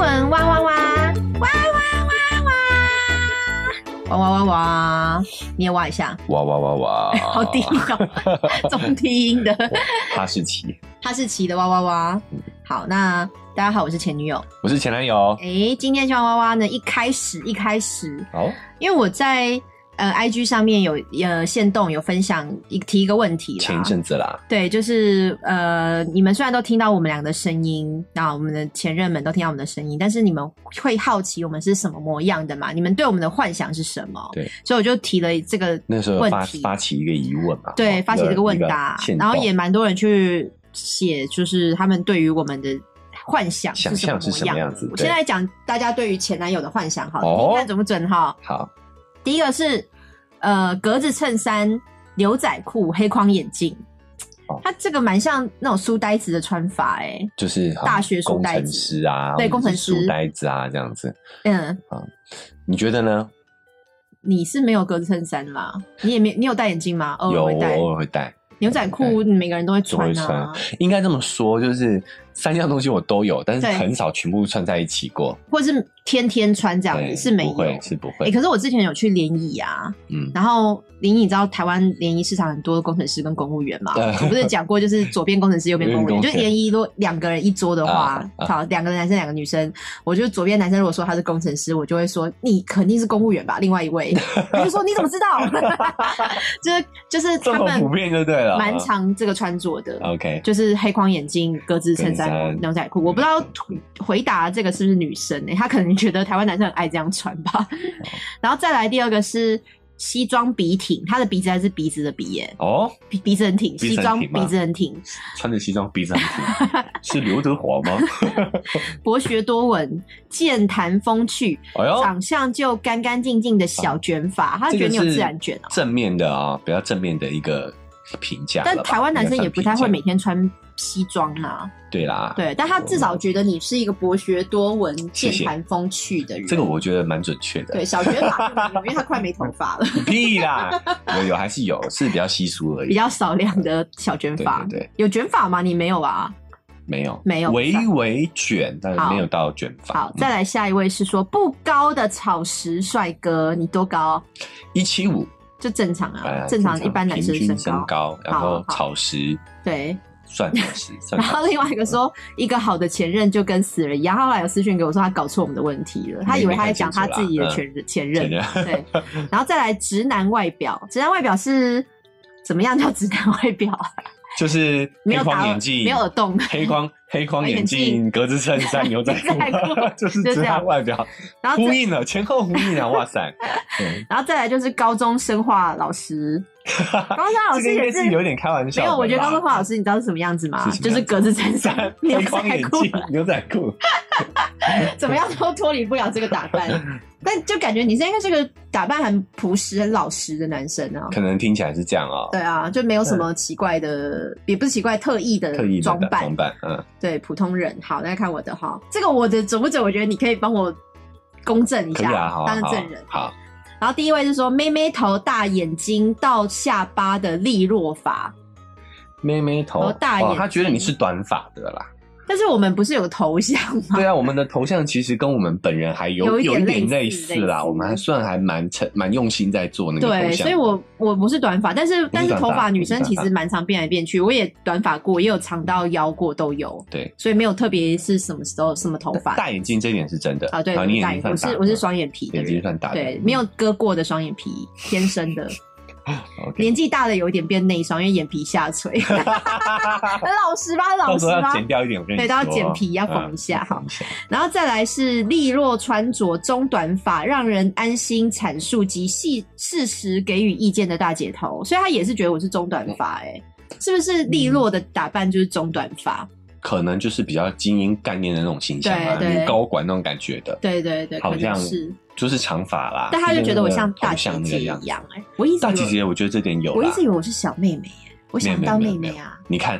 文哇哇哇哇哇哇哇哇哇哇哇，你也哇一下， 哇哇哇哇， 好低哦，中低音的。 哈士奇， 哈士奇的哇哇哇。好，那大家好，我是前女友， 我是前男友。 今天哇哇哇呢，一开始， 好， 因为我在IG 上面有限动有分享提一个问题啦， 前一阵子啦， 对，就是你们虽然都听到我们俩的声音，那我们的前任们都听到我们的声音，但是你们会好奇我们是什么模样的嘛？你们对我们的幻想是什么？ 对， 所以我就提了这个问题， 那时候发起一个疑问嘛， 对，发起这个问答，然后也蛮多人去写，就是他们对于我们的幻想是什么样子。我现在讲大家对于前男友的幻想，好了，你看准不准哈？ 好， 第一个是格子衬衫、牛仔裤、黑框眼镜。他这个蛮像那种书呆子的穿法， 就是大学书呆子， 工程师啊， 对，工程师书呆子啊，这样子。你觉得呢？ 你是没有格子衬衫吗？你有戴眼镜吗？ 有，偶尔会戴。 牛仔裤每个人都会穿啊， 应该这么说，就是三样东西我都有，但是很少全部串在一起过， 或是天天穿这样子是没有， 不会。 可是我之前有去联谊啊，然后联谊你知道台湾联谊市场很多工程师跟公务员嘛，我不是讲过就是左边工程师右边公务员，就联谊如果2个人一桌的话，好2个男生2个女生，我就左边男生如果说他是工程师，我就会说你肯定是公务员吧，另外一位他就说你怎么知道？就是他们普遍就对了， 蛮常这个穿着的 ，OK， 就是黑框眼镜、格子衬衫、牛仔裤。我不知道回答这个是不是女生他可能觉得台湾男生很爱这样穿吧。然后再来第二个是西装笔挺，他的鼻子还是鼻子的鼻耶？鼻子很挺，西装鼻子很挺， 穿着西装鼻子很挺，是刘德华吗？ 博学多闻，健谈风趣，长相就干干净净的小卷发，他觉得你有自然卷正面的啊，比较正面的一个评价。 但台湾男生也不太会每天穿西装啊， 对啦， 对，但他至少觉得你是一个博学多闻、健谈风趣的人， 这个我觉得蛮准确的。 对，小卷发因为他快没头发了， 屁啦，有还是有，是比较稀疏而已， 比较少量的小卷发。 对， 有卷发吗？你没有啊？ 没有，微卷，但是没有到卷发。 好，再来下一位是说不高的草食帅哥，你多高 ？175， 就正常啊，正常一般男生的身高，然后草食， 对。 算草食， 然后另外一个说一个好的前任就跟死人一样，他后来有私讯给我说他搞错我们的问题了，他以为他在讲他自己的前任，对。然后再来直男外表是怎么样叫直男外表？ 就是黑框眼镜， 没有耳洞， 黑框眼镜，格子衬衫，牛仔裤，就是直男外表，然后呼应了，前后呼应了，哇塞！ 然后再来就是高中生化老师。高中老师也是有点开玩笑， 没有，我觉得高中生化老师你知道是什么样子吗？就是格子衬衫、 黑框眼镜、牛仔裤， 怎么样都脱离不了这个打扮。但就感觉你是应该是个打扮很朴实、很老实的男生啊。 可能听起来是这样哦。 对啊，就没有什么奇怪的，也不是奇怪，特意的装扮，对，普通人。好，大家看我的哈，这个我的准不准？我觉得你可以帮我公证一下，当个证人。 好。 然后第一位是说妹妹头、大眼睛到下巴的利落发， 妹妹头、 大眼睛， 他觉得你是短发的啦。 但是我们不是有个头像吗？ 对啊，我们的头像其实跟我们本人还有一点类似啦。我们还算还蛮用心在做那个头像。 对，所以我不是短发，但是头发女生其实蛮常变来变去。我也短发过，也有长到腰过，都有。 对， 所以没有特别是什么时候什么头发。 大眼睛这一点是真的啊，对， 你眼睛算大， 我是双眼皮的人， 眼睛算大的， 对，没有割过的双眼皮，天生的。年纪大了有一点变内双，因为眼皮下垂，很老实吧？ 到时候要剪掉一点，我跟你说， 对，都要剪皮，要缝一下哈。然后再来是利落穿着、中短发，让人安心阐述及适时给予意见的大姐头，所以他也是觉得我是中短发，是不是利落的打扮就是中短发？ 可能就是比较精英概念的那种形象啊，女高管那种感觉的， 对对对， 好像是就是长发啦， 但他就觉得我像大姐姐一样，我一直大姐姐，我觉得这点有啦， 我一直以为我是小妹妹，我想当妹妹啊。 你看，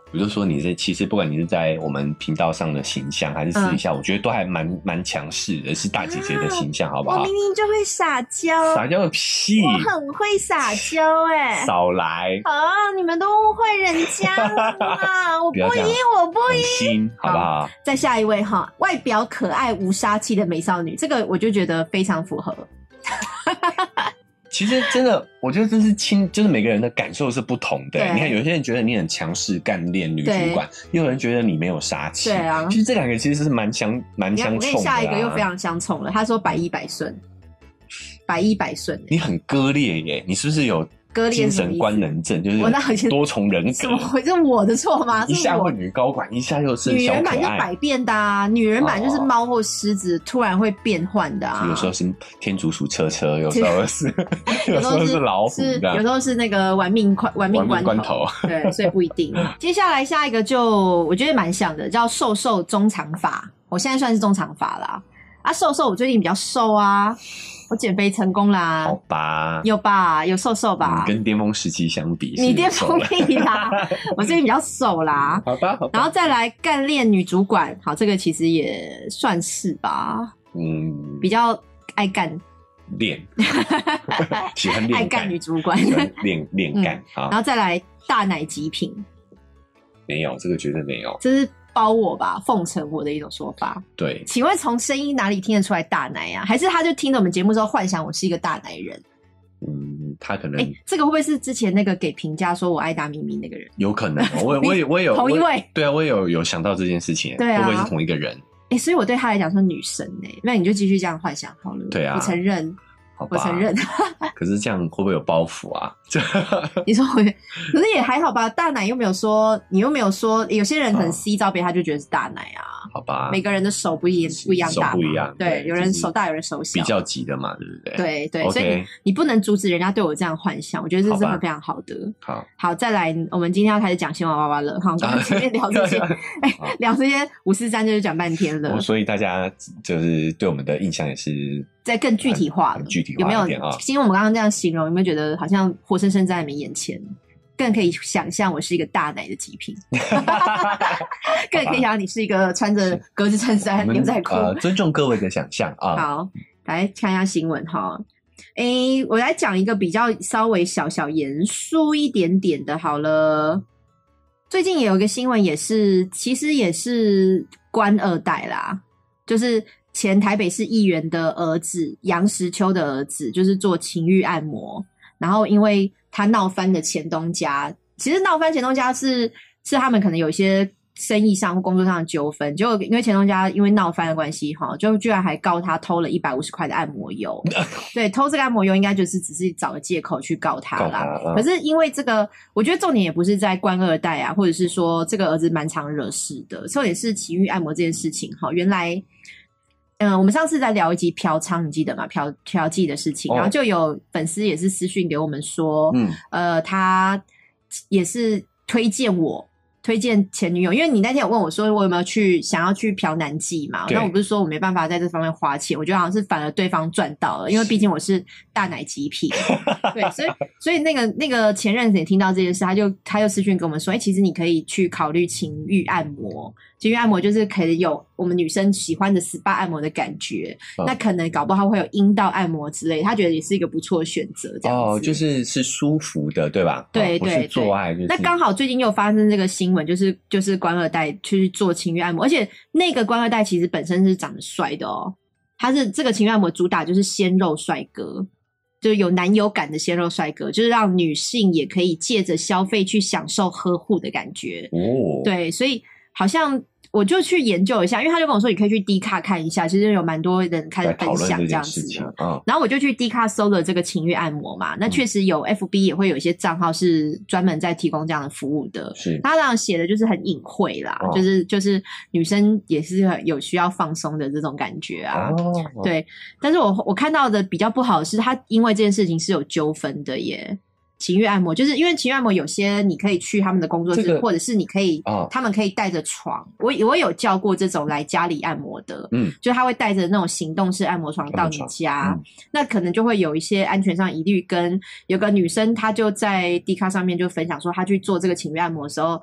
我就说你其实不管你是在我们频道上的形象，还是私底下，我觉得都还蛮强势的，是大姐姐的形象，好不好？ 我明明就会撒娇， 撒娇个屁！ 我很会撒娇少来啊！你们都误会人家了嘛！我不应，我不应， 好不好？ 再下一位哈，外表可爱无杀气的美少女，这个我就觉得非常符合。 其实真的，我觉得这是就是每个人的感受是不同的。你看，有些人觉得你很强势、干练女主管，又有人觉得你没有杀气。 对啊， 其实这两个其实是蛮相冲的。 我跟你下一个又非常相冲了。他说百依百顺，百依百顺。 你很割裂耶，你是不是有精神官能症？就是多重人格。 怎么会？这是我的错吗？ 一下会女高管，一下又是女人版，就百变的啊！女人版就是猫或狮子，突然会变换的啊。 有时候是天竺鼠车车，有时候是老虎， 有时候是那个玩命关头。对，所以不一定。接下来下一个就我觉得蛮像的，叫瘦瘦中长发。我现在算是中长发啦。啊，瘦瘦，我最近比较瘦啊。我减肥成功啦， 好吧？ 有吧？有瘦瘦吧？ 跟巅峰时期相比， 你巅峰屁啦！我最近比较瘦啦， 好吧，好吧。 然后再来干练女主管，好，这个其实也算是吧，比较爱干练，喜欢练爱干女主管， 练干然后再来大奶极品， 没有，这个绝对没有， 这是包我吧，奉承我的一种说法。 对， 请问从声音哪里听得出来大奶啊？还是他就听了我们节目之后幻想我是一个大奶人？ 他可能这个会不会是之前那个给评价说我爱大咪咪那个人？ 有可能，我有同一位， 对啊，我有想到这件事情， 对啊， 会不会是同一个人？ 所以我对他来讲是女神那你就继续这样幻想好了。 对啊， 我承认。 好， 我承认。 可是这样会不会有包袱啊？ 你说可是也还好吧，大奶又没有说，你又没有说，有些人很 C 照别他就觉得是大奶啊。 好吧， 每个人的手不一样大， 手不一样， 对，有人手大，有人手小， 比较急的嘛，对不对？ 对对，所以你不能阻止人家对我这样幻想，我觉得这是非常好的。好，再来，我们今天要开始讲新闻娃娃了。好，刚刚前面聊这些，聊这些543就是讲半天了， 所以大家就是对我们的印象也是再更具体化了，有没有？因为我们刚刚这样形容，有没有觉得好像活生生在你们眼前？更可以想象我是一个大奶的极品，更可以想象你是一个穿着格子衬衫、牛仔裤。 尊重各位的想象啊。 好，来看一下新闻哈。我来讲一个比较稍微小严肃一点点的，好了。最近也有一个新闻，其实也是官二代啦，就是前台北市议员的儿子杨实秋的儿子，就是做情欲按摩，然后因为他闹翻的前东家，其实闹翻前东家是他们可能有一些生意上或工作上的纠纷，结果因为前东家因为闹翻的关系就居然还告他偷了150块的按摩油。对，偷这个按摩油应该就是只是找个借口去告他啦。可是因为这个，我觉得重点也不是在官二代啊，或者是说这个儿子蛮常惹事的，重点是情欲按摩这件事情原来我们上次在聊一集嫖娼，你记得吗？嫖妓的事情，然后就有粉丝也是私讯给我们说，他也是推荐前女友，因为你那天有问我说我有没有想要去嫖男妓嘛？那我不是说我没办法在这方面花钱，我觉得好像是反而对方赚到了，因为毕竟我是大奶极品。对，所以那个前任也听到这件事，他就私讯跟我们说，其实你可以去考虑情欲按摩。情欲按摩就是可以有我们女生喜欢的 SPA 按摩的感觉，那可能搞不好会有阴道按摩之类，他觉得也是一个不错的选择。这样子就是舒服的，对吧？对对对，不是做爱。那刚好最近又发生这个新闻，就是官二代去做情欲按摩，而且那个官二代其实本身是长得帅的哦，他是这个情欲按摩主打就是鲜肉帅哥。就是有男友感的鲜肉帅哥，就是让女性也可以借着消费去享受呵护的感觉。对，所以好像我就去研究一下，因为他就跟我说你可以去 Dcard 看一下，其实有蛮多人开始分享这样子的。然后我就去 Dcard 搜了这个情欲按摩嘛，那确实有 FB 也会有一些账号是专门在提供这样的服务的。是，他这样写的就是很隐晦啦，就是女生也是有需要放松的这种感觉啊。对，但是我看到的比较不好的是，他因为这件事情是有纠纷的耶。情欲按摩就是因为情欲按摩有些你可以去他们的工作室，或者是你可以他们可以带着床，我有叫过这种来家里按摩的，就他会带着那种行动式按摩床到你家，那可能就会有一些安全上疑虑。跟有个女生她就在 Dcard 上面就分享说，她去做这个情欲按摩的时候，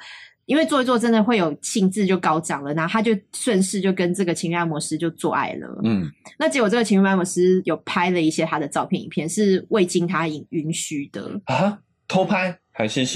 因为做一做真的会有兴致就高涨了，然后他就顺势就跟这个情欲按摩师就做爱了。那结果这个情欲按摩师有拍了一些他的照片影片，是未经他允许的啊？偷拍还是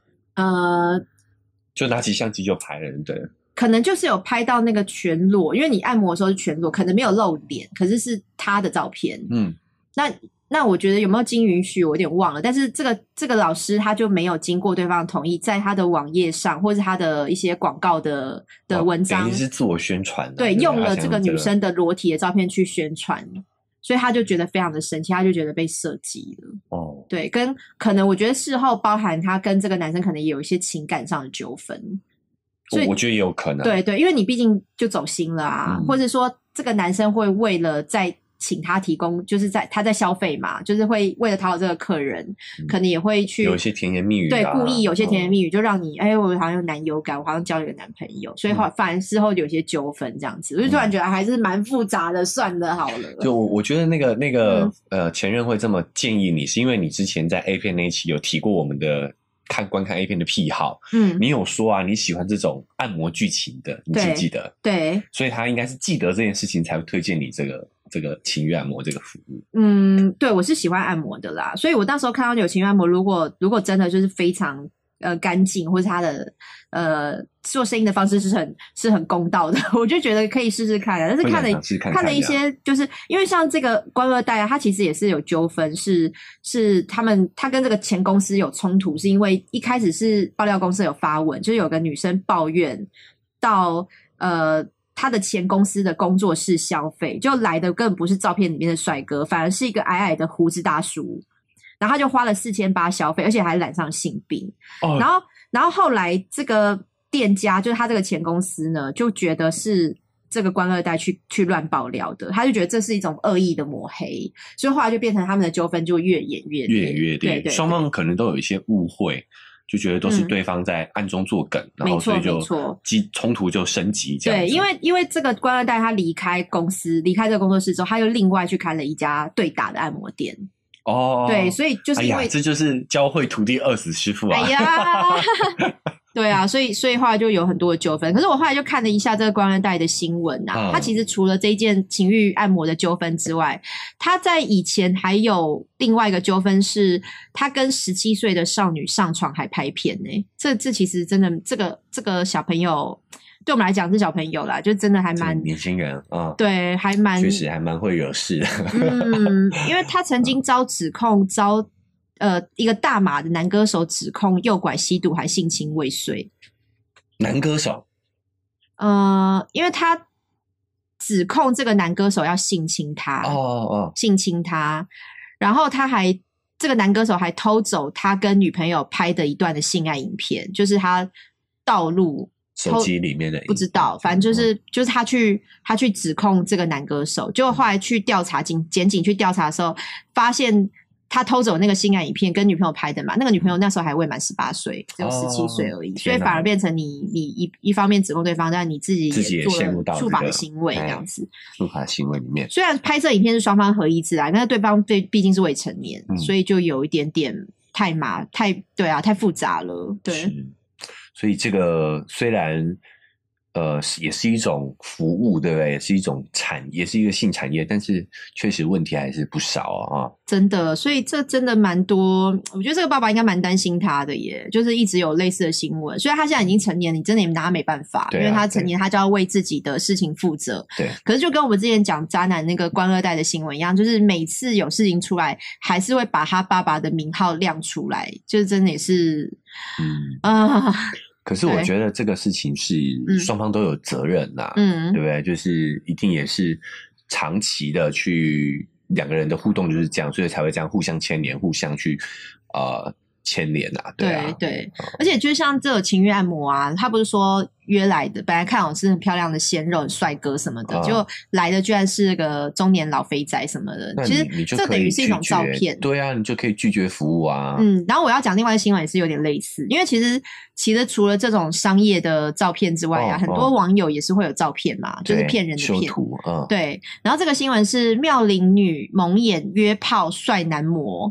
就拿起相机就拍了，对？ 可能就是有拍到那个全裸，因为你按摩的时候是全裸，可能没有露脸，可是是他的照片。那我觉得有没有经允许我有点忘了，但是这个老师他就没有经过对方的同意，在他的网页上或是他的一些广告的文章， 等于是自我宣传， 对，用了这个女生的裸体的照片去宣传，所以他就觉得非常的生气，他就觉得被设计了。对，跟可能我觉得事后包含他跟这个男生可能也有一些情感上的纠纷。所以我觉得也有可能， 对，因为你毕竟就走心了啊，或者说这个男生会为了在请他提供，就是他在消费嘛，就是会为了讨好这个客人，可能也会去有一些甜言蜜语， 对，故意有些甜言蜜语，就让你我好像有男友感，我好像交了一个男朋友，所以反而事后有些纠纷这样子，我就突然觉得还是蛮复杂的，算了好了。 就我觉得那个前任会这么建议你，是因为你之前在 A 片那一期有提过我们的观看 A 片的癖好，你有说啊，你喜欢这种按摩剧情的，你记不记得？对，所以他应该是记得这件事情才会推荐你这个情欲按摩这个服务。对， 我是喜欢按摩的啦，所以我那时候看到有情欲按摩，如果真的就是非常干净，或是他的做生意的方式是很公道的，我就觉得可以试试看。但是看了一些，就是因为像这个官二代啊，他其实也是有纠纷，是他跟这个前公司有冲突，是因为一开始是爆料公司有发文，就是有个女生抱怨到他的前公司的工作室消费，就来的根本不是照片里面的帅哥，反而是一个矮矮的胡子大叔，然后他就花了4800消费，而且还染上性病。然后后来这个店家就是他这个前公司呢，就觉得是这个官二代去乱爆料的，他就觉得这是一种恶意的抹黑，所以后来就变成他们的纠纷就越演越烈，对，双方可能都有一些误会，就觉得都是对方在暗中作梗，然后所以就冲突就升级这样子。 对，因为这个官二代他离开这个工作室之后，他又另外去开了一家对打的按摩店。对，所以就是因为这就是教会徒弟饿死师傅啊！ 对啊，所以后来就有很多的纠纷。可是我后来就看了一下这个官二代的新闻啊，他其实除了这一件情欲按摩的纠纷之外，他在以前还有另外一个纠纷是，他跟17岁的少女上床还拍片呢。这其实真的，这个小朋友。对我们来讲是小朋友啦，就真的还蛮年轻人啊， 对，还蛮确实还蛮会惹事的。 因为他曾经指控一个大马的男歌手指控诱拐、吸毒还性侵未遂。 男歌手？ 因为他指控这个男歌手要性侵他，性侵他，然后这个男歌手还偷走他跟女朋友拍的一段的性爱影片，就是他盗录。 手机里面的不知道，反正就是他去指控这个男歌手，结果后来去调查检警去调查的时候，发现他偷走那个性爱影片跟女朋友拍的嘛，那个女朋友那时候还未满18岁，只有17岁而已，所以反而变成你一方面指控对方，但你自己也做了触法的行为这样子。 触法行为里面， 虽然拍摄影片是双方合意自然，但是对方毕竟是未成年，所以就有一点点太复杂了，对。 所以这个虽然也是一种服务，对不对？也是一种也是一个性产业，但是确实问题还是不少啊。 真的，所以这真的蛮多。我觉得这个爸爸应该蛮担心他的耶，就是一直有类似的新闻。虽然他现在已经成年，你真的也拿他没办法，因为他成年，他就要为自己的事情负责。对。可是就跟我们之前讲渣男那个官二代的新闻一样，就是每次有事情出来，还是会把他爸爸的名号亮出来，就是真的也是， 可是我觉得这个事情是双方都有责任啦，对不对？就是一定也是长期的去两个人的互动就是这样，所以才会这样互相牵连，互相去牵连啊，对啊， 对，而且就像这种情欲按摩啊，他不是说约来的，本来看我是很漂亮的鲜肉、很帅哥什么的，就来的居然是那个中年老肥仔什么的，其实这等于是一种照片， 对啊，你就可以拒绝服务啊。 然后我要讲另外一个新闻也是有点类似，因为其实除了这种商业的照片之外啊，很多网友也是会有照片嘛，就是骗人的修图，对。 然后这个新闻是妙龄女蒙眼约炮帅男模。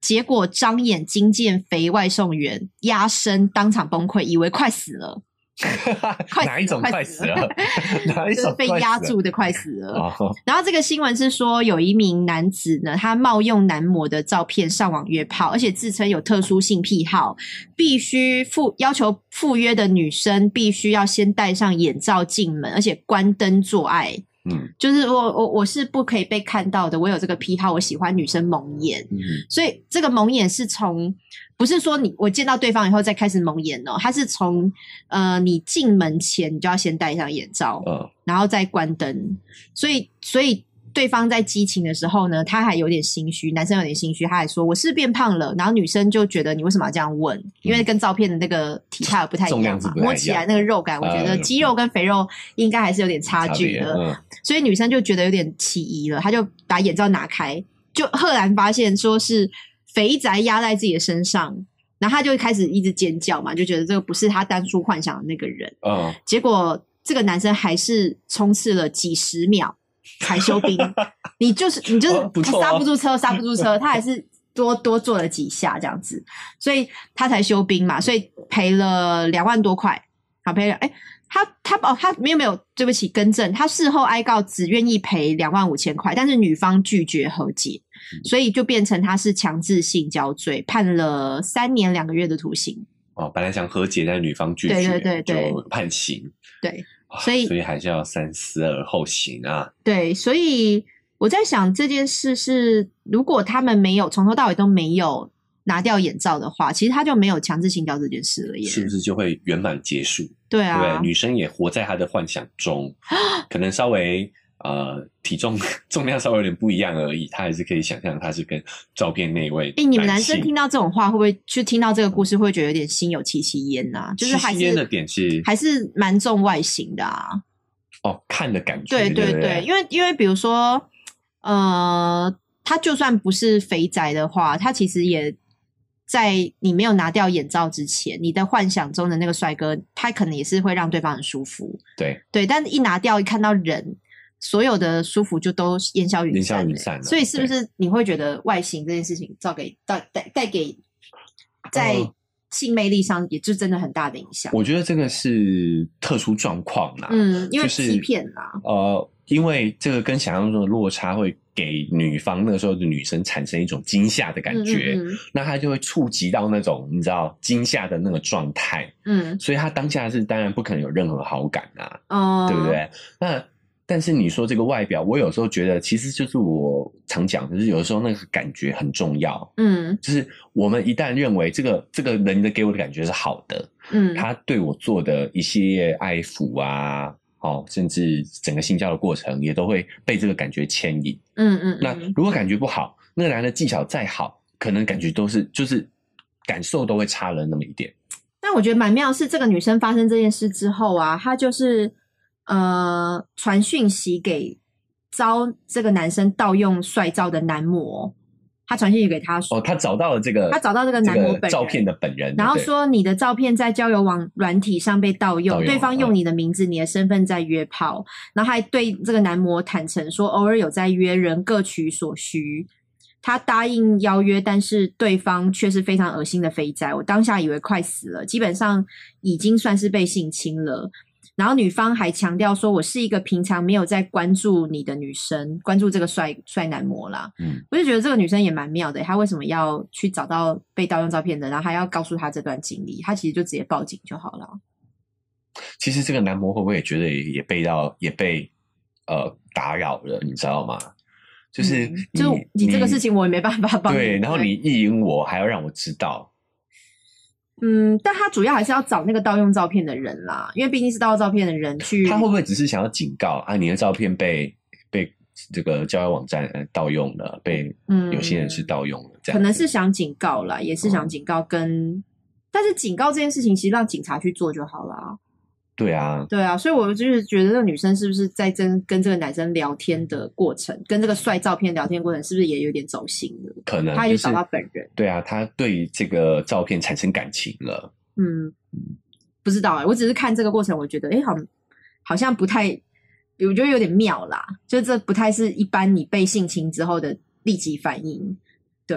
结果张眼惊见肥外送员压身，当场崩溃，以为快死了。 哪一种快死了？哪一种就是被压住的快死了。然后这个新闻是说，有一名男子呢，他冒用男模的照片上网约炮，而且自称有特殊性癖好，必须要求赴约的女生必须要先戴上眼罩进门，而且关灯做爱。就是我是不可以被看到的，我有这个癖好，我喜欢女生蒙眼。所以这个蒙眼是从不是说我见到对方以后再开始蒙眼哦，它是从你进门前你就要先戴上眼罩，然后再关灯。所以对方在激情的时候呢，他还有点心虚，男生有点心虚，他还说我是变胖了，然后女生就觉得你为什么要这样问？因为跟照片的那个体态不太一样嘛，摸起来那个肉感，我觉得肌肉跟肥肉应该还是有点差距的，所以女生就觉得有点起疑了，她就把眼罩拿开，就赫然发现说是肥宅压在自己的身上，然后她就开始一直尖叫嘛，就觉得这个不是她当初幻想的那个人，结果这个男生还是冲刺了几十秒才休兵。你就是刹不住车，他还是多做了几下这样子，所以他才休兵嘛，所以赔了2万多块，好赔了。他没有，对不起，更正，他事后哀告只愿意赔2万5千块，但是女方拒绝和解，所以就变成他是强制性交罪，判了3年2个月的徒刑。 本来想和解，但女方拒绝，对，就判刑。 对。所以还是要三思而后行啊。 对，所以我在想这件事是，如果他们没有从头到尾都没有拿掉眼罩的话，其实他就没有强制性交这件事了耶， 是不是就会圆满结束？ 对啊， 对，女生也活在她的幻想中，可能稍微体重重量稍微有点不一样而已，她还是可以想象她是跟照片那位你们男生听到这种话，会不会去听到这个故事，会觉得有点心有戚戚焉啊？就是戚戚焉的点是还是蛮重外形的啊。 看的感觉， 对，因为比如说他就算不是肥宅的话，他其实也在你没有拿掉眼罩之前，你的幻想中的那个帅哥，他可能也是会让对方很舒服。对，但一拿掉一看到人，所有的舒服就都烟消云散了。所以是不是你会觉得外形这件事情带给在性魅力上也是真的很大的影响？ 我觉得这个是特殊状况啦， 因为欺骗啦， 因为这个跟想象中的落差会给女方那个时候的女生产生一种惊吓的感觉，那她就会触及到那种你知道惊吓的那个状态，所以她当下是当然不可能有任何好感啊，对不对？但是你说这个外表，我有时候觉得其实就是我常讲，就是有的时候那个感觉很重要。就是我们一旦认为这个人的给我的感觉是好的，他对我做的一些爱抚啊，甚至整个性交的过程也都会被这个感觉牵引。那如果感觉不好，那个男的技巧再好，可能感觉都是就是感受都会差了那么一点。 但我觉得蛮妙的是，这个女生发生这件事之后啊，她就是传讯息给遭这个男生盗用帅照的男模，他传讯息给他说， 他找到了这个男模本人照片的本人， 然后说你的照片在交友网软体上被盗用，对方用你的名字、你的身份在约炮，然后还对这个男模坦诚说偶尔有在约人，各取所需。他答应邀约，但是对方却是非常恶心的肥宅，我当下以为快死了，基本上已经算是被性侵了。然后女方还强调说，我是一个平常没有在关注你的女生，关注这个帅男模啦。我就觉得这个女生也蛮妙的，她为什么要去找到被盗用照片的，然后还要告诉她这段经历，她其实就直接报警就好了。 其实这个男模会不会也觉得也被打扰了，你知道吗？就是你这个事情我也没办法帮你， 对，然后你意淫我还要让我知道。 但他主要还是要找那个盗用照片的人啦，因为毕竟是盗用照片的人去。 他会不会只是想要警告你的照片被这个交友网站盗用了，被有些人是盗用了，这样可能是想警告啦，也是想警告但是警告这件事情其实让警察去做就好啦。 对啊， 所以我就是觉得这个女生是不是在跟这个男生聊天的过程，跟这个帅照片聊天过程，是不是也有点走心了？ 可能他也找到本人。 对啊，他对这个照片产生感情了。 不知道我只是看这个过程，我觉得好像不太，我觉得有点妙啦，就这不太是一般你被性侵之后的立即反应。对，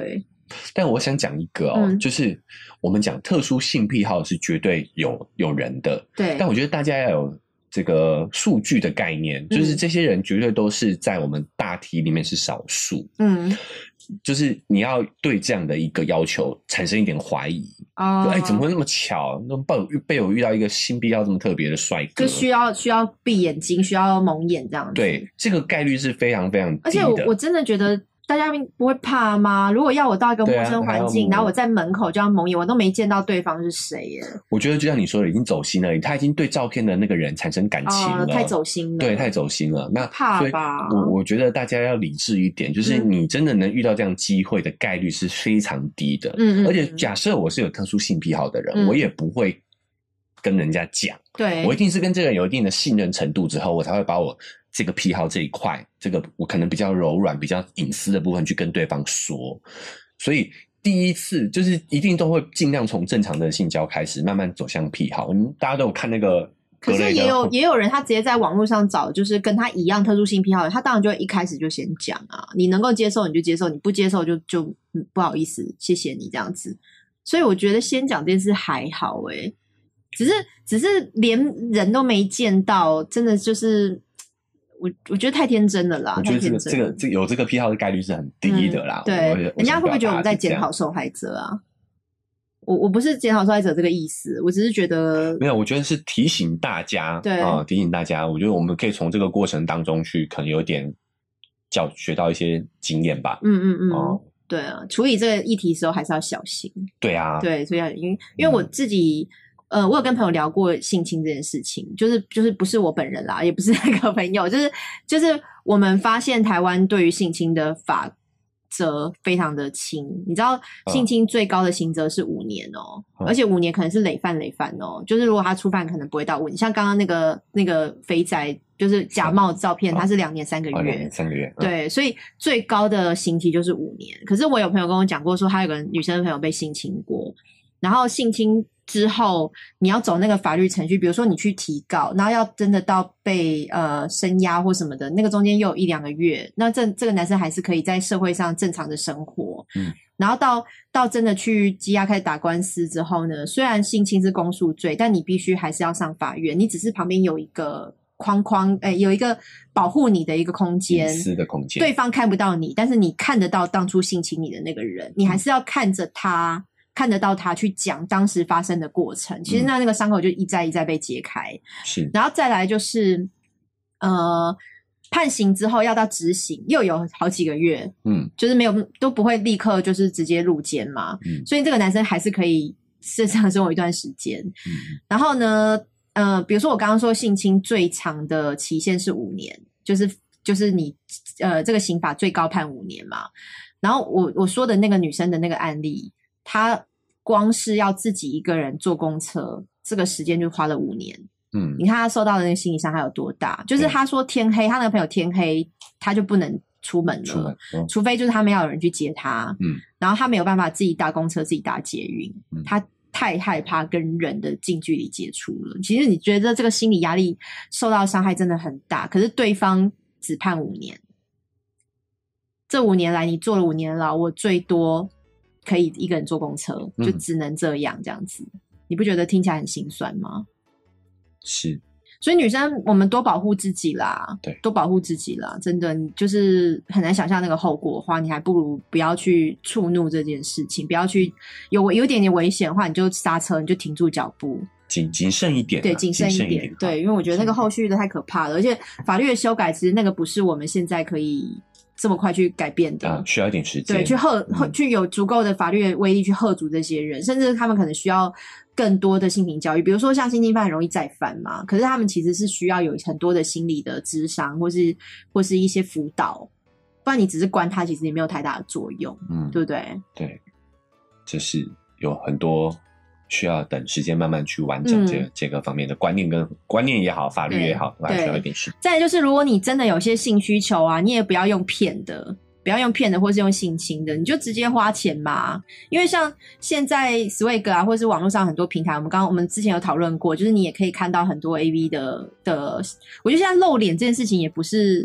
但我想讲一个就是我们讲特殊性癖好是绝对有人的， 对。 但我觉得大家要有这个数据的概念，就是这些人绝对都是在我们大体里面是少数。就是你要对这样的一个要求产生一点怀疑怎么会那么巧？那被我遇到一个性癖好这么特别的帅哥， 就需要闭眼睛，需要蒙眼这样子。 对，这个概率是非常非常低的。 而且我真的觉得大家不会怕吗？如果要我到一个陌生环境，然后我在门口就要蒙眼，我都没见到对方是谁耶。 我觉得就像你说的，已经走心了，他已经对照片的那个人产生感情了， 太走心了。 对，太走心了。那怕吧？ 我觉得大家要理智一点，就是你真的能遇到这样机会的概率是非常低的。而且假设我是有特殊性癖好的人，我也不会跟人家讲， 对， 我一定是跟这个人有一定的信任程度之后，我才会把我这个癖好这一块，这个我可能比较柔软、比较隐私的部分去跟对方说。所以第一次就是一定都会尽量从正常的性交开始，慢慢走向癖好。大家都有看那个， 可是也有人他直接在网络上找，就是跟他一样特殊性癖好的，他当然就会一开始就先讲啊，你能够接受你就接受，你不接受就不好意思，谢谢你这样子。所以我觉得先讲这件事还好只是连人都没见到，真的就是我觉得太天真了啦。 我觉得这个有这个癖好的概率是很低的啦。 对，人家会不会觉得我们在检讨受害者啊？我不是检讨受害者这个意思，我只是觉得没有，我觉得是提醒大家， 对提醒大家，我觉得我们可以从这个过程当中去可能有点学到一些经验吧。 对啊，处理这个议题的时候还是要小心。 对啊， 对，所以因为我自己我有跟朋友聊过性侵这件事情，就是不是我本人啦，也不是那个朋友，就是我们发现台湾对于性侵的法则非常的轻，你知道性侵最高的刑责是5年而且5年可能是累犯就是如果他初犯可能不会到5年，像刚刚那个肥宅就是假冒照片，他是2年3个月，2 年3个月， 对，所以最高的刑期就是5年。可是我有朋友跟我讲过说，他有个女生朋友被性侵过，然后性侵之后你要走那个法律程序，比如说你去提告，然后要真的到被声押或什么的，那个中间又有1-2个月，那这个男生还是可以在社会上正常的生活。然后到真的去羁押开始打官司之后呢，虽然性侵是公诉罪，但你必须还是要上法院，你只是旁边有一个框有一个保护你的一个空间， 隐私的空间， 对方看不到你，但是你看得到当初性侵你的那个人，你还是要看着他，看得到他去讲当时发生的过程，其实那个伤口就一再一再被揭开。 是， 然后再来就是判刑之后要到执行又有好几个月，就是没有都不会立刻就是直接入监嘛，所以这个男生还是可以正常生活一段时间。然后呢比如说我刚刚说性侵最长的期限是5年，就是你这个刑法最高判5年嘛。然后我说的那个女生的那个案例，她光是要自己一个人坐公车，这个时间就花了5年。你看她受到的那个心理伤害有多大？就是她说天黑，她那个朋友天黑，她就不能出门了，除非就是他们要有人去接她。然后她没有办法自己搭公车，自己搭捷运，她太害怕跟人的近距离接触了。其实你觉得这个心理压力受到伤害真的很大，可是对方只判5年。这5年来你坐了5年牢，我最多可以一个人坐公车，就只能这样这样子。你不觉得听起来很心酸吗？ 是， 所以女生我们多保护自己啦， 对， 多保护自己啦，真的就是很难想象那个后果的话，你还不如不要去触怒这件事情，不要去有一点点危险的话，你就刹车，你就停住脚步， 谨慎一点， 对，谨慎一点，对，因为我觉得那个后续的太可怕了，而且法律的修改其实那个不是我们现在可以这么快去改变的， 需要一点时间， 对，去有足够的法律的威力去吓阻这些人，甚至他们可能需要更多的性平教育，比如说像性侵犯很容易再犯嘛，可是他们其实是需要有很多的心理的咨商或是一些辅导，不然你只是关他其实也没有太大的作用，对不对？ 对，这是有很多需要等时间慢慢去完整这个方面的观念也好，法律也好，还需要一点时间。 再来就是如果你真的有些性需求啊，你也不要用骗的，不要用骗的或是用性侵的，你就直接花钱嘛。因为像现在 Swag 啊，或是网络上很多平台，我们之前有讨论过，就是你也可以看到很多 AV 的，我觉得现在露脸这件事情也不是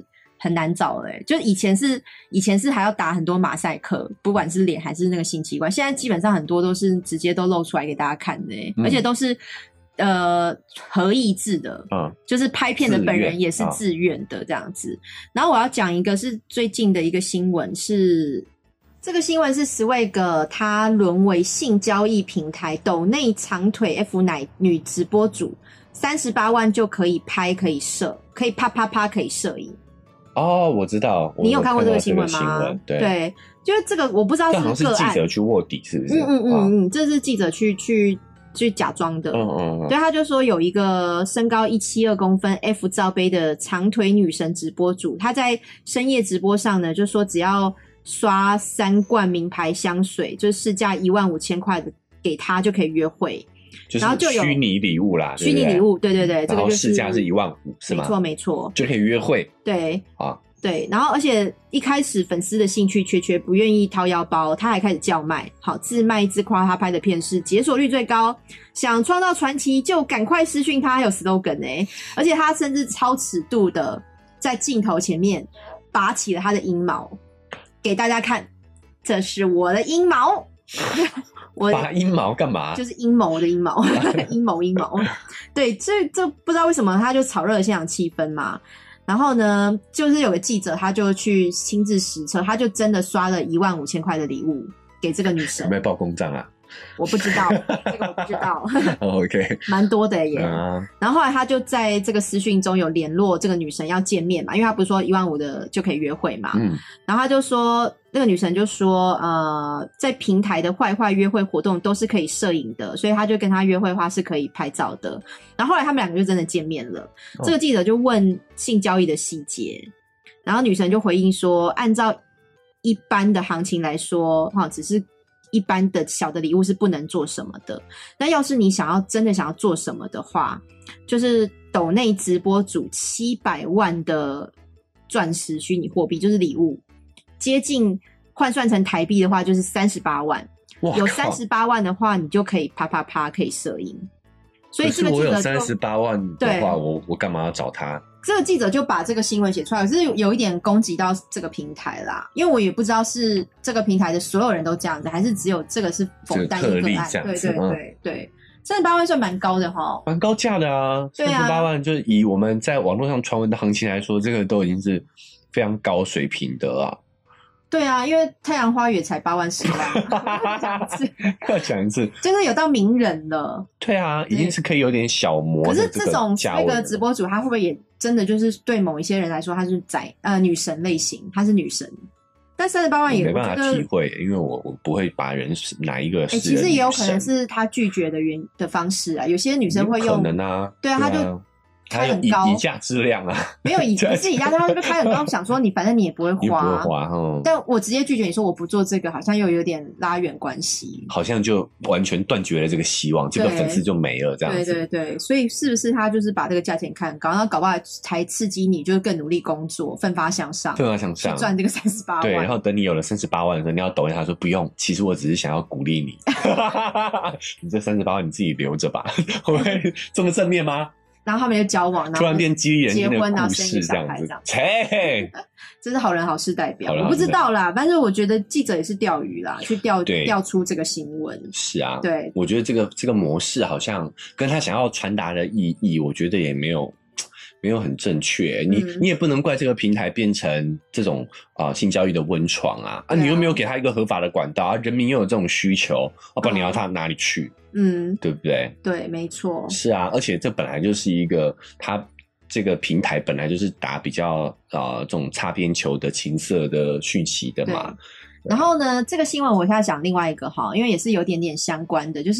很难找了就以前是还要打很多马赛克，不管是脸还是那个性器官，现在基本上很多都是直接都露出来给大家看的而且都是合意制的，就是拍片的本人也是自愿的这样子。然后我要讲一个是最近的一个新闻，是这个新闻是 Swag 他沦为性交易平台，抖内长腿 F 奶女直播主38万就可以拍可以射，可以啪啪啪可以摄影。 我知道， 你有看过这个新闻吗？对，就是这个我不知道是不是个案， 是记者去卧底是不是？ 这是记者去假装的。对，他就说有一个身高172公分 F 罩杯的长腿女神直播主，她在深夜直播上呢，就说只要刷3罐名牌香水，就是市价15000块的给她就可以约会。 然后就有虚拟礼物啦， 虚拟礼物，对， 然后市价是15000是吗？ 没错， 就可以约会。 对对，然后而且一开始粉丝的兴趣缺，不愿意掏腰包，他还开始叫卖，好自卖自夸他拍的片是解锁率最高，想创造传奇就赶快私讯他，还有 slogan 而且他甚至超尺度的在镜头前面拔起了他的阴毛给大家看，这是我的阴毛。 我拔阴毛干嘛？ 就是阴谋的阴谋，阴谋。对，这不知道为什么他就炒热了现场气氛嘛。然后呢，就是有个记者他就去亲自实测，他就真的刷了15000块的礼物给这个女生。 有没有报公账啊？ 我不知道，这个我不知道。 OK， 蛮多的耶。然后后来他就在这个私讯中有联络这个女生要见面嘛，因为他不是说15000的就可以约会嘛。然后他就说，那个女生就说，在平台的坏约会活动都是可以摄影的，所以他就跟他约会的话是可以拍照的。然后后来他们两个就真的见面了。这个记者就问性交易的细节，然后女生就回应说，按照一般的行情来说，只是一般的小的礼物是不能做什么的。那要是你真的想要做什么的话，就是抖内直播主700万的钻石虚拟货币，就是礼物，接近换算成台币的话就是38万。有38万的话，你就可以啪啪啪可以摄影。所以这个记者我有38万的话，我干嘛要找他？ 这个记者就把这个新闻写出来，可是有一点攻击到这个平台啦，因为我也不知道是这个平台的所有人都这样子，还是只有这个是否单一个案。对，38万算蛮高的齁，蛮高价的啊。38万就是以我们在网络上传闻的行情来说，这个都已经是非常高水平的啊。 对啊，因为太阳花也才8万10万， 要讲一次， 就是有到名人了。 对啊，已经是可以有点小模的。 可是这种那个直播主，他会不会也真的就是对某一些人来说，他是女神类型，他是女神？但38万也没办法体会，因为我不会把人哪一个是其实也有可能是他拒绝的方式啊。有些女生会用， 可能啊， 对啊，他就。开很高， 以价质量啊， 没有不是以价，他就开很高，想说你反正你也不会花， 你不会花但我直接拒绝你说我不做这个，好像又有点拉远关系， 好像就完全断绝了这个希望，这个粉丝就没了这样子。 对，所以是不是他就是把这个价钱看高，然后搞不好才刺激你，就是更努力工作，奋发向上，去赚这个38万。 对，然后等你有了38万的时候，你要抖一下说不用，其实我只是想要鼓励你，你这38万你自己留着吧，会不会这么正面吗？ 然后他们就交往，然后突然变激励人心的结婚，然后生一个小孩这样。 切， 这是好人好事代表，我不知道啦。但是我觉得记者也是钓鱼啦，去调出这个新闻。 是啊， 对， 我觉得这个模式好像跟他想要传达的意义，我觉得也没有很正确。你也不能怪这个平台变成这种性交易的温床啊！你又没有给他一个合法的管道啊，人民又有这种需求，不然你要他哪里去？对不对？ 对，没错。 是啊，而且这本来就是一个他这个平台本来就是打比较这种擦边球的情色的讯息的嘛。 然后呢，这个新闻我现在讲另外一个哈，因为也是有点相关的，就是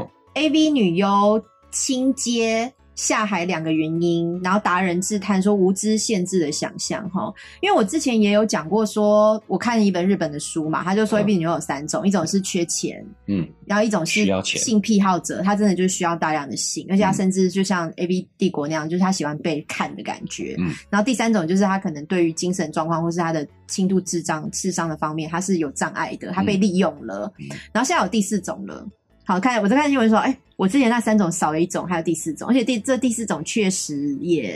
AV 女优亲接下海2个原因，然后达人自叹说无知限制了想象齁。因为我之前也有讲过说，我看了一本日本的书嘛，他就说 AV 女优有3种，一种是缺钱，然后一种是性癖好者，他真的就是需要大量的性，而且他甚至就像 AV 帝国那样，就是他喜欢被看的感觉。然后第3种就是他可能对于精神状况或是他的轻度智商的方面，他是有障碍的，他被利用了。然后现在有第4种了。好看，我在看新闻说，我之前那3种少了1种，还有第4种，而且这第4种确实也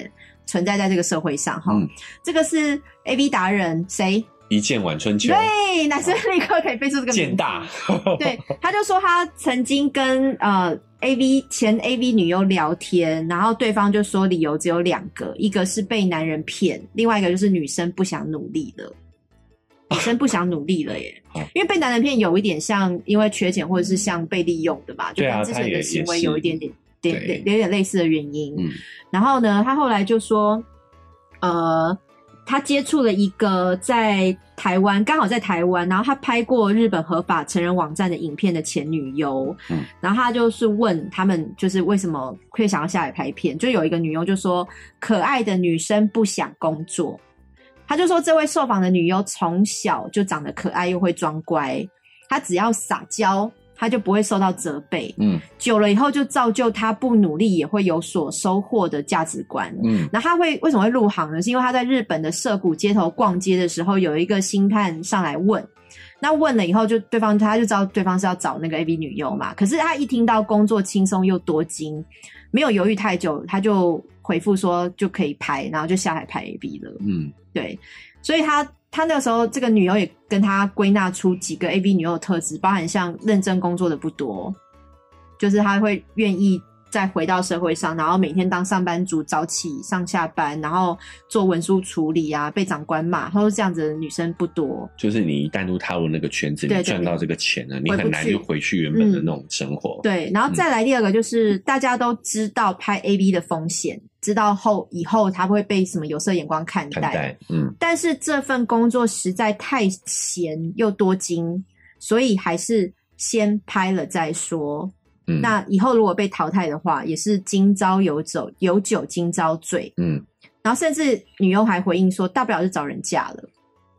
存在在这个社会上哈。这个是 AV 达人谁？ 一见晚春秋， 对，男生立刻可以背出这个名字。 见大， 对，他就说他曾经跟前 AV 女优聊天，然后对方就说理由只有2个，一个是被男人骗，另外一个就是女生不想努力了。女生不想努力了耶，因为被男人骗有一点像因为缺钱或者是像被利用的吧，就跟之前的行为有一点类似的原因。然后呢，他后来就说，他接触了一个在台湾，刚好在台湾，然后他拍过日本合法成人网站的影片的前女优，然后他就是问他们，就是为什么会想要下来拍片，就有一个女优就说，可爱的女生不想工作，他就说这位受访的女优从小就长得可爱又会装乖，她只要撒娇，他就不会受到责备，久了以后就造就他不努力也会有所收获的价值观。那他为什么会入行呢？是因为他在日本的涩谷街头逛街的时候，有一个星探上来问，那问了以后他就知道对方是要找那个 AV 女优嘛，可是他一听到工作轻松又多金，没有犹豫太久，他就回复说就可以拍，然后就下来拍 AV 了。对，所以他那个时候这个女优也跟他归纳出几个 AV 女优的特质，包含像认真工作的不多，就是他会愿意再回到社会上，然后每天当上班族，早起上下班，然后做文书处理啊，被长官骂，或者这样子的女生不多。就是你一旦都踏入那个圈子，你赚到这个钱了，你很难就回去原本的那种生活。 对，然后再来第二个就是大家都知道拍 AV 的风险，知道以后他会被什么有色眼光看待。但是这份工作实在太闲又多金，所以还是先拍了再说。那以后如果被淘汰的话，也是今朝有酒今朝醉。然后甚至女优还回应说，大不了就找人嫁了。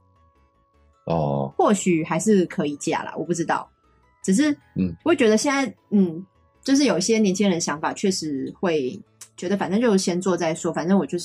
或许还是可以嫁啦，我不知道。只是我会觉得现在就是有一些年轻人的想法确实会觉得反正就先做再说，反正我就是，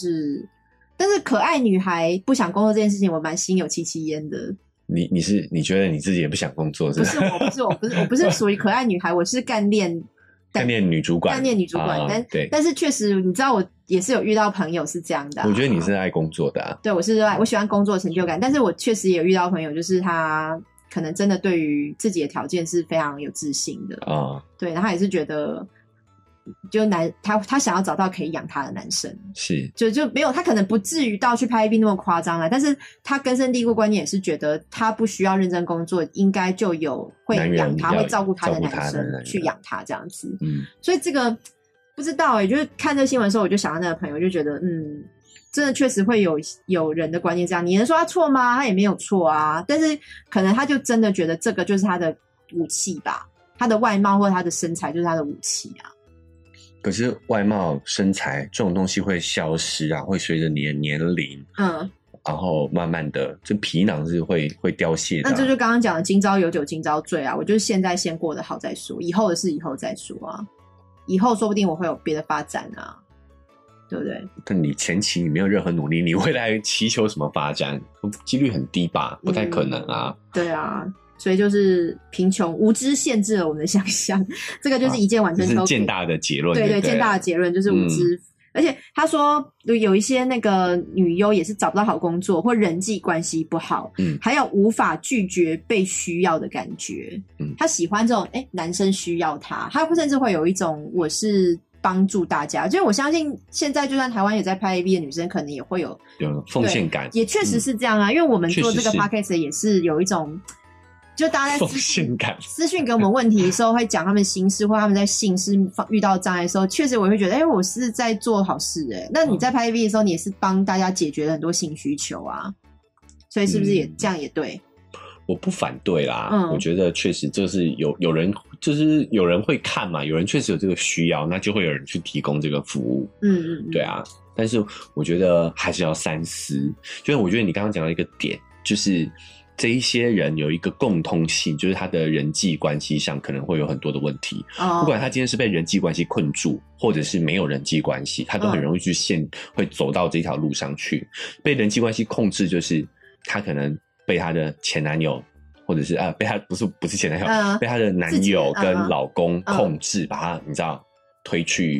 但是可爱女孩不想工作这件事情我蛮心有戚戚焉的。 你觉得你自己也不想工作是吧？ 我不是属于可爱女孩，我是干练女主管， 但是确实你知道我也是有遇到朋友是这样的。 我觉得你是爱工作的啊。 对，我是热爱，我喜欢工作成就感，但是我确实也有遇到朋友，就是他可能真的对于自己的条件是非常有自信的对，然后他也是觉得就他想要找到可以养他的男生， 是就没有，他可能不至于到去拍 AV 那么夸张啦，但是他根深蒂固观念也是觉得他不需要认真工作，应该就有会养他会照顾他的男生去养他这样子。所以这个不知道就是看这新闻的时候我就想到那个朋友，就觉得真的确实会有人的观念这样，你能说他错吗？他也没有错啊，但是可能他就真的觉得这个就是他的武器吧，他的外貌或者他的身材就是他的武器啊。 可是外貌身材这种东西会消失啊，会随着你的年龄然后慢慢的这皮囊是会凋谢的那这就刚刚讲的今朝有酒今朝醉啊，我就是现在先过得好再说，以后的事以后再说啊，以后说不定我会有别的发展啊，对不对？ 但你前期你没有任何努力，你未来祈求什么发展几率很低吧，不太可能啊。 对啊，所以就是贫穷无知限制了我们的想象，这个就是一见晚春秋， 这是健大的结论。 对，健大的结论就是无知。而且他说有一些那个女优也是找不到好工作，或人际关系不好，还有无法拒绝被需要的感觉。他喜欢这种男生需要他甚至会有一种我是帮助大家，就是我相信现在就算台湾有在拍 AV 的女生可能也会有奉献感， 也确实是这样啊，因为我们做这个 podcast 也是有一种就大家在私讯给我们问题的时候会讲他们心事，或他们在性事遇到障碍的时候，确实我会觉得我是在做好事那你在拍 AV 的时候你也是帮大家解决了很多性需求啊，所以是不是也这样也对？ 我不反对啦，我觉得确实就是有人就是有人会看嘛，有人确实有这个需要，那就会有人去提供这个服务。对啊，但是我觉得还是要三思，就是我觉得你刚刚讲到一个点，就是这一些人有一个共通性，就是他的人际关系上可能会有很多的问题。不管他今天是被人际关系困住，或者是没有人际关系，他都很容易会走到这条路上去。被人际关系控制，就是他可能被他的前男友，或者是被他不是前男友，被他的男友跟老公控制，把他你知道推去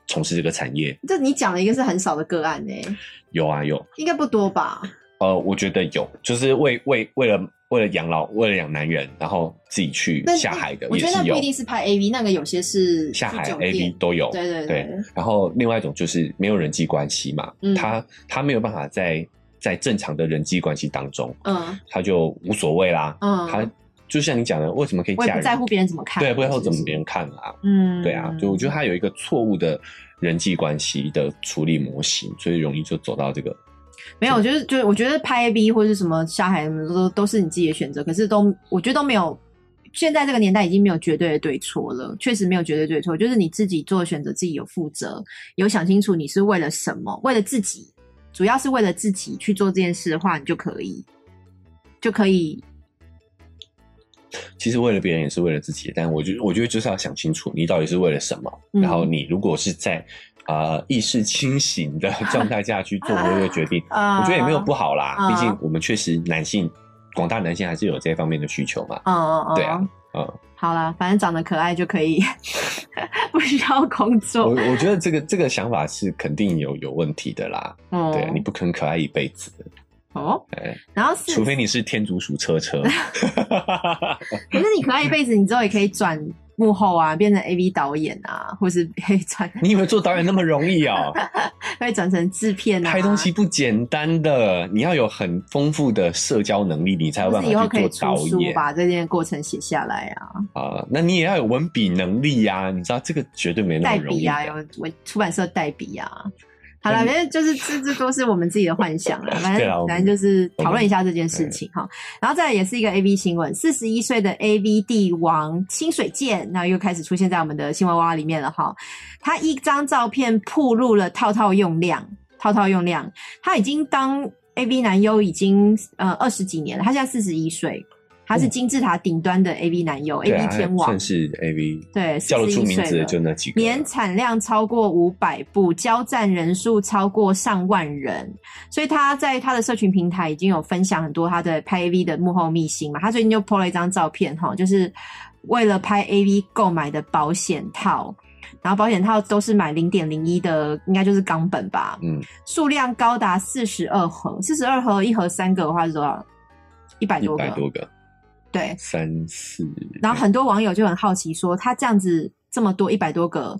从事这个产业。 这你讲了一个是很少的个案有啊有， 应该不多吧？ 我觉得有，就是为了养老，为了养男人，然后自己去下海的， 我觉得那不一定是拍 AV， 那个有些是下海 AV 都有。 对对 对。 然后另外一种就是没有人际关系嘛，他没有办法在正常的人际关系当中，他就无所谓啦，他就像你讲的，为什么可以嫁人？ 我也不在乎别人怎么看， 对，不在乎怎么别人看啊，对啊，就我觉得他有一个错误的人际关系的处理模型，所以容易就走到这个。 没有，就是我觉得拍 AV 或是什么下海什么都是你自己的选择，可是我觉得都没有，现在这个年代已经没有绝对的对错了，确实没有绝对对错，就是你自己做的选择，自己有负责，有想清楚你是为了什么，为了自己，主要是为了自己去做这件事的话，你就可以。 其实为了别人也是为了自己，但我觉得就是要想清楚你到底是为了什么，然后你如果是在意识清醒的状态下去做这个决定，我觉得也没有不好啦，毕竟我们确实广大男性还是有这方面的需求嘛。对啊， 好啦，反正长得可爱就可以不需要工作。 我觉得这个想法是肯定有问题的啦。对啊，你不可能可爱一辈子的。然后除非你是天竺鼠车。 可是你可爱一辈子，你之后也可以转幕后啊，变成 AV 导演啊，或是可以转。 你以为做导演那么容易哦？ 会转成制片啊， 拍东西不简单的，你要有很丰富的社交能力，你才有办法去做导演。以后可以出书， 把这件过程写下来啊。那你也要有文笔能力啊，你知道这个绝对没那么容易。 代笔啊，有出版社代笔啊。好了，反正就是这都是我们自己的幻想啦，反正就是讨论一下这件事情哈。然后再来也是一个 AV 新闻，41岁的 AV 帝王清水健，那又开始出现在我们的新闻娃娃里面了哈。他一张照片暴露了套套用量，他已经当 AV 男优已经20几年了，他现在41岁。他是金字塔顶端的 AV 男优，AV 天王， 算是 AV， 对， 叫得出名字的就那几个， 年产量超过500部，交战人数超过上万人，所以他在他的社群平台已经有分享很多他的拍 AV 的幕后秘辛嘛。他最近就 po 了一张照片就是为了拍 AV 购买的保险套，然后保险套都是买 0.01 的，应该就是冈本吧，数量高达42盒，42盒一盒3个的话是多少？100多个。对 ，3、4， 然后很多网友就很好奇说，他这样子这么多100多个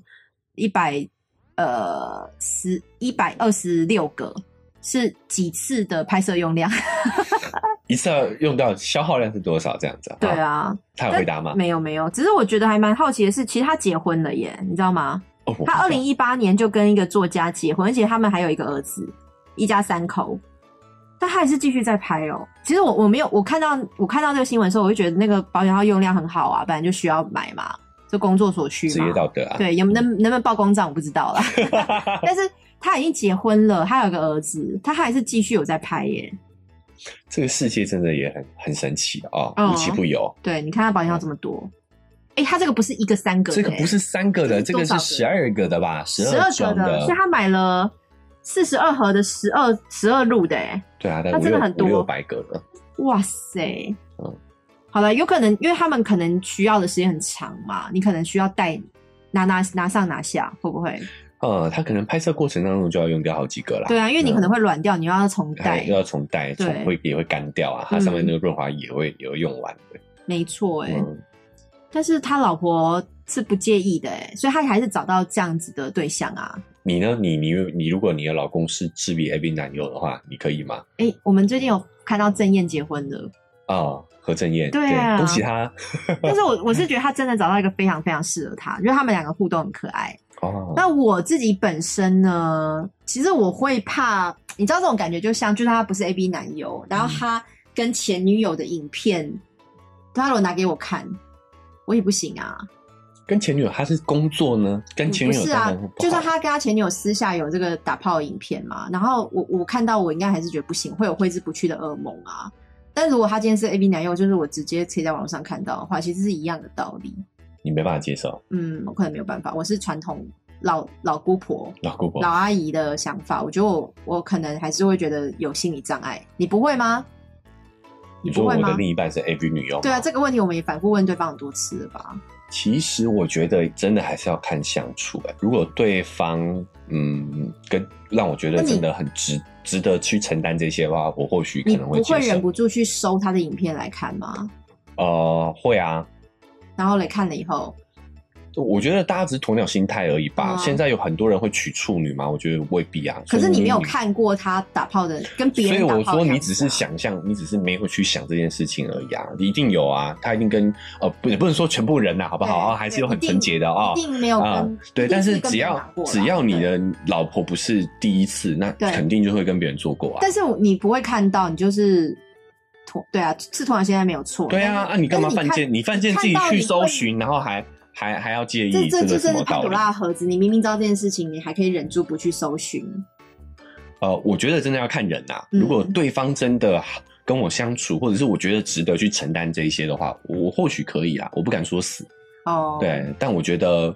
，126个是几次的拍摄用量？ 一次用到消耗量是多少？这样子？ 对啊， 他有回答吗？ 没有，只是我觉得还蛮好奇的是，其实他结婚了耶，你知道吗？他2018年就跟一个作家结婚，而且他们还有一个儿子，一家3口。但他还是继续在拍其实我看到这个新闻的时候，我就觉得那个保险套用量很好啊，本来就需要买嘛，这工作所需嘛， 职业道德啊。 对，能不能曝光账我不知道啦。但是他已经结婚了，他有个儿子，他还是继续有在拍耶。 这个世界真的也很神奇无奇不有。 对，你看他保险套这么多，他这个不是一个3个的， 这个不是3个的，这个是12个的吧？12个的， 所以他买了42盒的12路的对啊， 他真的很多 500-600个的， 哇塞！好了，有可能因为他们可能需要的时间很长嘛，你可能需要带拿上拿下，会不会？ 他可能拍摄过程当中就要用掉好几个啦。 对啊，因为你可能会软掉，你要重带， 又要重带，也会干掉啊。它上面那个润滑也会用完的。 没错但是他老婆是不介意的所以他还是找到这样子的对象啊。 你呢？你如果你的老公是自比 AV 男优的话，你可以吗？ 我们最近有看到郑燕结婚了何郑燕， 对啊， 恭喜他。 但是我是觉得他真的找到一个非常非常适合他，因为他们2个互动很可爱。那我自己本身呢，其实我会怕，你知道这种感觉就是他不是 AV 男优，然后他跟前女友的影片，他如果拿给我看，我也不行啊。 跟前女友他是工作呢？跟前女友不是啊，就是他跟他前女友私下有这个打炮的影片嘛，然后我看到我应该还是觉得不行，会有挥之不去的噩梦啊。但如果他今天是 AV 男优，就是我直接可以在网上看到的话，其实是一样的道理。 你没办法接受？ 我可能没有办法，我是传统老姑婆、老阿姨的想法，我觉得我可能还是会觉得有心理障碍。你不会吗？ 你说我的另一半是 AV 女优？ 对啊，这个问题我们也反复问对方很多次了吧？ 其实我觉得真的还是要看相处如果对方跟让我觉得真的很值得去承担这些的话，我或许可能会接受。你不会忍不住去搜他的影片来看吗？ 会啊。 然后来看了以后， 我觉得大家只是鸵鸟心态而已吧。现在有很多人会娶处女嘛，我觉得未必啊。 可是你没有看过他打炮的，跟别人打炮的样子啊。 所以我说你只是想象，你只是没有去想这件事情而已啊。一定有啊，他一定跟也不能说全部人啊，好不好？还是有很纯洁的啊。 一定没有跟对，但是只要你的老婆不是第一次，那肯定就会跟别人做过啊。 但是你不会看到，你就是对啊，是鸵鸟心态没有错。 对啊，你干嘛犯贱？你犯贱自己去搜寻，然后还要介意， 这就是潘朵拉的盒子。你明明知道这件事情，你还可以忍住不去搜寻。 我觉得真的要看人啊。如果对方真的跟我相处，或者是我觉得值得去承担这一些的话，我或许可以啦。我不敢说死对，但我觉得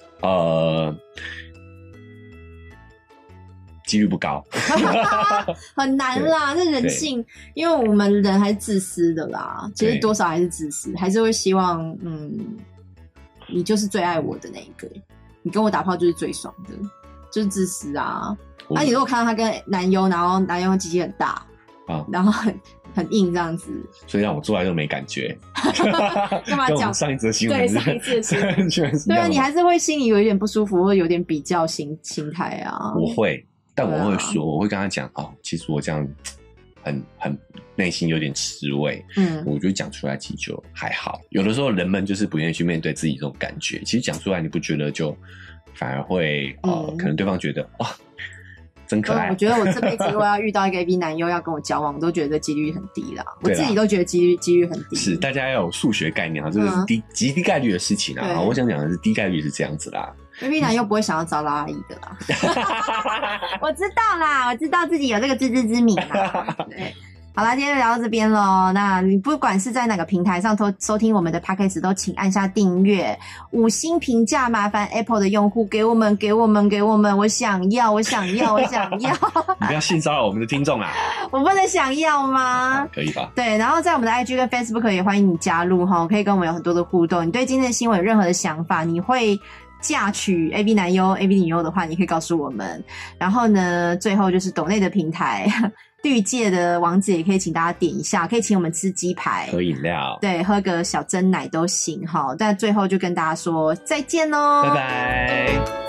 几率不高。 很难啦，这人性，因为我们人还是自私的啦。其实多少还是自私，还是会希望你就是最爱我的那一个，你跟我打炮就是最爽的，就是自私啊。你如果看到他跟男优，然后男优鸡鸡很大然后很硬这样子， 所以让我做爱都没感觉。 干嘛讲上一则新闻？ 对，上一次的新闻。对啊，你还是会心里有一点不舒服，或者有点比较心态啊。 我会，但我会说，我会跟他讲其实我这样很内心有点吃味，我觉得讲出来其实就还好。有的时候人们就是不愿意去面对自己这种感觉，其实讲出来你不觉得就反而会可能对方觉得哇真可爱。 我觉得我这辈子如果要遇到一个 AV 男优要跟我交往，我都觉得几率很低啦。我自己都觉得几率很低。 是，大家要有数学概念啊，这是极低概率的事情啊。我想讲的是低概率是这样子啦。 AV 男优不会想要找老阿姨的啦。我知道啦，我知道自己有这个自知之明啦。对。好啦，今天就聊到这边咯。那你不管是在哪个平台上收听我们的 Podcast， 都请按下订阅，5星评价，麻烦 Apple 的用户给我们，我想要。你不要性骚扰我们的听众啊！ 我不能想要吗？ 可以吧？ 对，然后在我们的 IG 跟 Facebook 也欢迎你加入齁，可以跟我们有很多的互动。你对今天的新闻有任何的想法，你会嫁娶 AV 男优 AV 女优的话，你可以告诉我们。然后呢，最后就是抖内的平台绿界的网址也可以请大家点一下，可以请我们吃鸡排喝饮料， 对，喝个小珍奶都行齁。但最后就跟大家说再见咯， 拜拜。